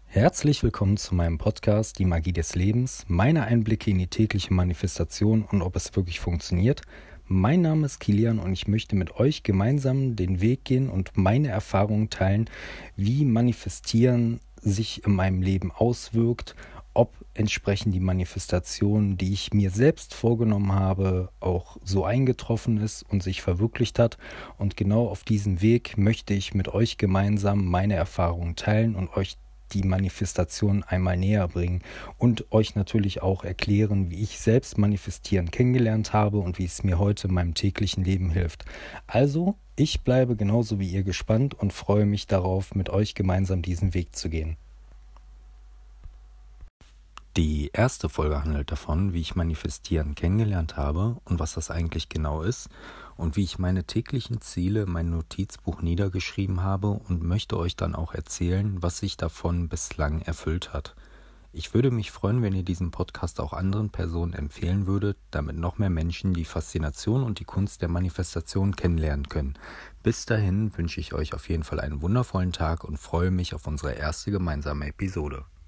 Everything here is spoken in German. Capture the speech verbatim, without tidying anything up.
Herzlich willkommen zu meinem Podcast Die Magie des Lebens, meine Einblicke in die tägliche Manifestation und ob es wirklich funktioniert. Mein Name ist Kilian und ich möchte mit euch gemeinsam den Weg gehen und meine Erfahrungen teilen, wie Manifestieren sich in meinem Leben auswirkt, ob entsprechend die Manifestation, die ich mir selbst vorgenommen habe, auch so eingetroffen ist und sich verwirklicht hat. Und genau auf diesem Weg möchte ich mit euch gemeinsam meine Erfahrungen teilen und euch die Manifestation einmal näher bringen und euch natürlich auch erklären, wie ich selbst Manifestieren kennengelernt habe und wie es mir heute in meinem täglichen Leben hilft. Also, ich bleibe genauso wie ihr gespannt und freue mich darauf, mit euch gemeinsam diesen Weg zu gehen. Die erste Folge handelt davon, wie ich Manifestieren kennengelernt habe und was das eigentlich genau ist und wie ich meine täglichen Ziele in mein Notizbuch niedergeschrieben habe und möchte euch dann auch erzählen, was sich davon bislang erfüllt hat. Ich würde mich freuen, wenn ihr diesen Podcast auch anderen Personen empfehlen würdet, damit noch mehr Menschen die Faszination und die Kunst der Manifestation kennenlernen können. Bis dahin wünsche ich euch auf jeden Fall einen wundervollen Tag und freue mich auf unsere erste gemeinsame Episode.